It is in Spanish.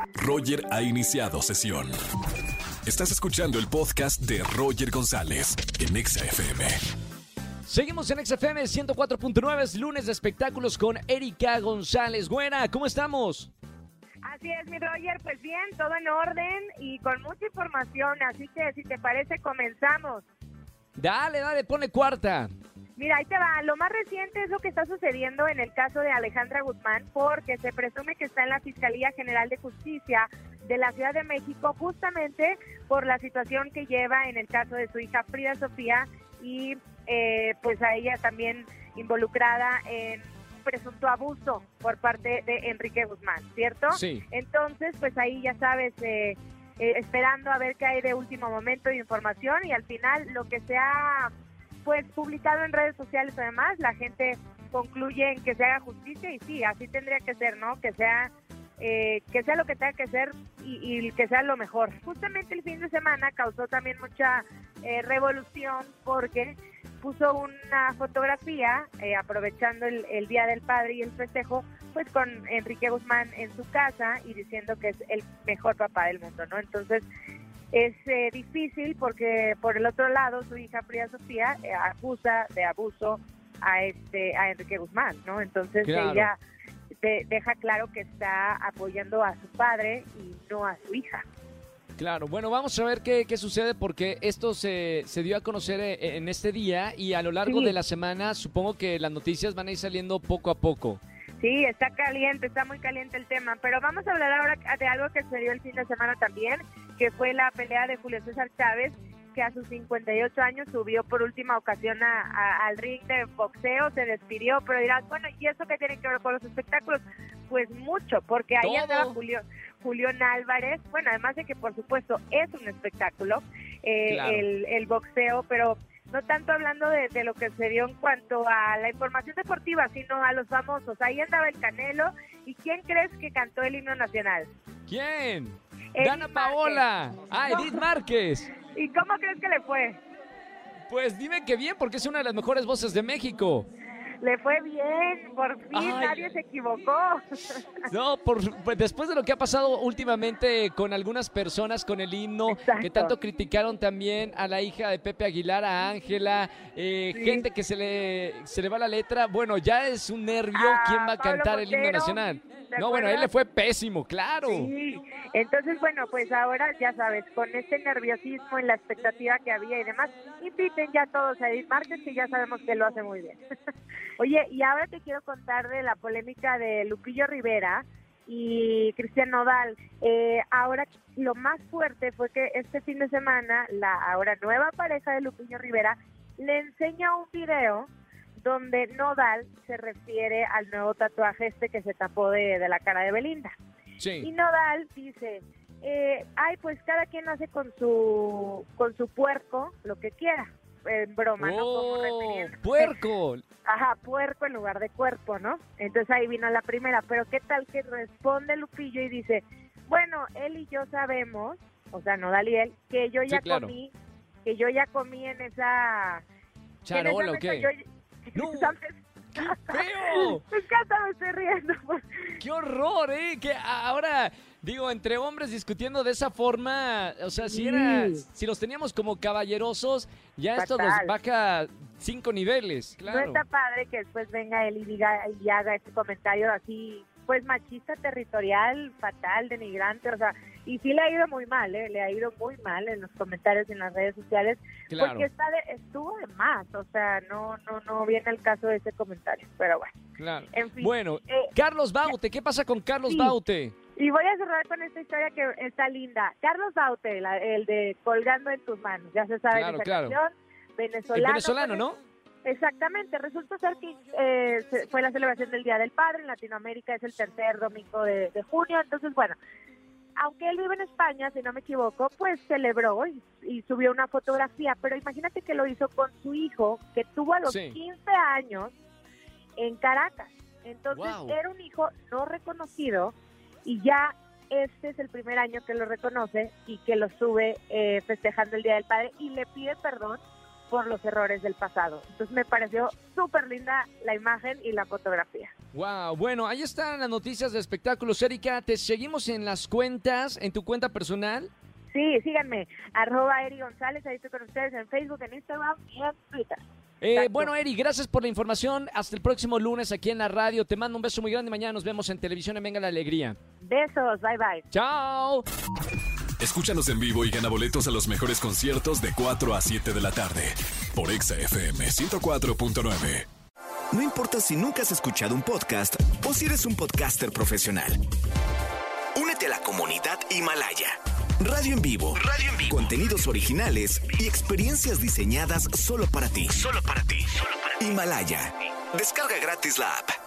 Roger ha iniciado sesión. Estás escuchando el podcast de Roger González en Exa FM. Seguimos en XFM 104.9, es lunes de espectáculos con Erika González. Buena, ¿cómo estamos? Así es, mi Roger, pues bien, todo en orden y con mucha información, así que si te parece comenzamos. Dale, ponle cuarta. Mira, ahí te va, lo más reciente es lo que está sucediendo en el caso de Alejandra Guzmán, porque se presume que está en la Fiscalía General de Justicia de la Ciudad de México justamente por la situación que lleva en el caso de su hija Frida Sofía y pues a ella también involucrada en presunto abuso por parte de Enrique Guzmán, ¿cierto? Sí. Entonces, pues ahí ya sabes, esperando a ver qué hay de último momento de información y al final lo que se ha pues publicado en redes sociales además, la gente concluye en que se haga justicia y sí, así tendría que ser, ¿no? Que sea lo que tenga que ser y que sea lo mejor. Justamente el fin de semana causó también mucha revolución porque puso una fotografía aprovechando el Día del Padre y el festejo, pues con Enrique Guzmán en su casa y diciendo que es el mejor papá del mundo, ¿no? Entonces es difícil porque por el otro lado su hija Frida Sofía acusa de abuso a Enrique Guzmán, ¿no? Entonces claro. Ella deja claro que está apoyando a su padre y no a su hija. Claro, bueno, vamos a ver qué sucede porque esto se dio a conocer en este día y a lo largo Sí. de la semana supongo que las noticias van a ir saliendo poco a poco. Sí, está caliente, está muy caliente el tema, pero vamos a hablar ahora de algo que se dio el fin de semana también, que fue la pelea de Julio César Chávez, que a sus 58 años subió por última ocasión al ring de boxeo, se despidió, pero dirás, bueno, ¿y eso qué tiene que ver con los espectáculos? Pues mucho, porque ahí Todo. andaba Julián Álvarez, bueno, además de que por supuesto es un espectáculo, Claro. el boxeo, pero no tanto hablando de lo que se dio en cuanto a la información deportiva, sino a los famosos. Ahí andaba el Canelo, ¿y quién crees que cantó el himno nacional? ¿Quién? Edith Dana Paola. Edith Márquez. ¿Y cómo crees que le fue? Pues dime que bien, porque es una de las mejores voces de México. Le fue bien, por fin Ay. nadie se equivocó. No, pues después de lo que ha pasado últimamente con algunas personas con el himno, Exacto. que tanto criticaron también a la hija de Pepe Aguilar, a Ángela, gente que se le va la letra, bueno, ya es un nervio quién va a Pablo cantar el himno Montero, nacional. ¿te No, bueno, a él acuerdas? le fue pésimo, claro. Sí, entonces bueno, pues ahora ya sabes, con este nerviosismo y la expectativa que había y demás, inviten ya todos a Edith Márquez, que ya sabemos que lo hace muy bien. Oye, y ahora te quiero contar de la polémica de Lupillo Rivera y Cristian Nodal. Ahora lo más fuerte fue que este fin de semana la ahora nueva pareja de Lupillo Rivera le enseña un video donde Nodal se refiere al nuevo tatuaje que se tapó de la cara de Belinda. Y Sí. Nodal dice, pues cada quien hace con su puerco lo que quiera, en broma, ¿no? Como refiriéndose. ¡Puerco! Ajá, puerco en lugar de cuerpo, ¿no? Entonces ahí vino la primera, pero ¿qué tal que responde Lupillo y dice, bueno, él y yo sabemos, o sea, Nodal y él, que yo ya claro. comí en esa... ¿Charola o mesa qué? ¡No! ¿sabes? ¡Qué feo! Me encanta, me estoy riendo. ¡Qué horror, Que ahora, digo, entre hombres discutiendo de esa forma, o sea, Sí. si los teníamos como caballerosos, ya esto Fatal. los baja 5 niveles, No claro. está padre que después venga él y diga y haga este comentario así, pues machista, territorial, fatal, denigrante, o sea, y sí le ha ido muy mal, le ha ido muy mal en los comentarios en las redes sociales, Claro. porque estuvo de más, o sea, no viene el caso de ese comentario, pero bueno, Claro. en fin. Bueno, Carlos Baute, ¿qué pasa con Carlos Sí. Baute? Y voy a cerrar con esta historia que está linda. Carlos Baute, el de Colgando en tus manos, ya se sabe Claro, esa claro. canción, El venezolano. venezolano, ¿no? Exactamente, resulta ser que fue la celebración del Día del Padre, en Latinoamérica es el tercer domingo de junio, entonces bueno, aunque él vive en España, si no me equivoco, pues celebró y subió una fotografía, pero imagínate que lo hizo con su hijo, que tuvo a los Sí. 15 años en Caracas, entonces Wow. era un hijo no reconocido y ya este es el primer año que lo reconoce y que lo sube festejando el Día del Padre y le pide perdón por los errores del pasado. Entonces me pareció súper linda la imagen y la fotografía. Wow, bueno, ahí están las noticias de espectáculos. Erika, ¿te seguimos en las cuentas, en tu cuenta personal? Sí, síganme, @Eri González, ahí estoy con ustedes en Facebook, en Instagram y en Twitter. Bueno, Eri, gracias por la información. Hasta el próximo lunes aquí en la radio. Te mando un beso muy grande. Mañana nos vemos en televisión en Venga la Alegría. Besos, bye bye. Chao. Escúchanos en vivo y gana boletos a los mejores conciertos de 4 a 7 de la tarde por Exa FM 104.9. No importa si nunca has escuchado un podcast o si eres un podcaster profesional. Únete a la comunidad Himalaya. Radio en vivo. Contenidos originales y experiencias diseñadas solo para ti. Himalaya. Descarga gratis la app.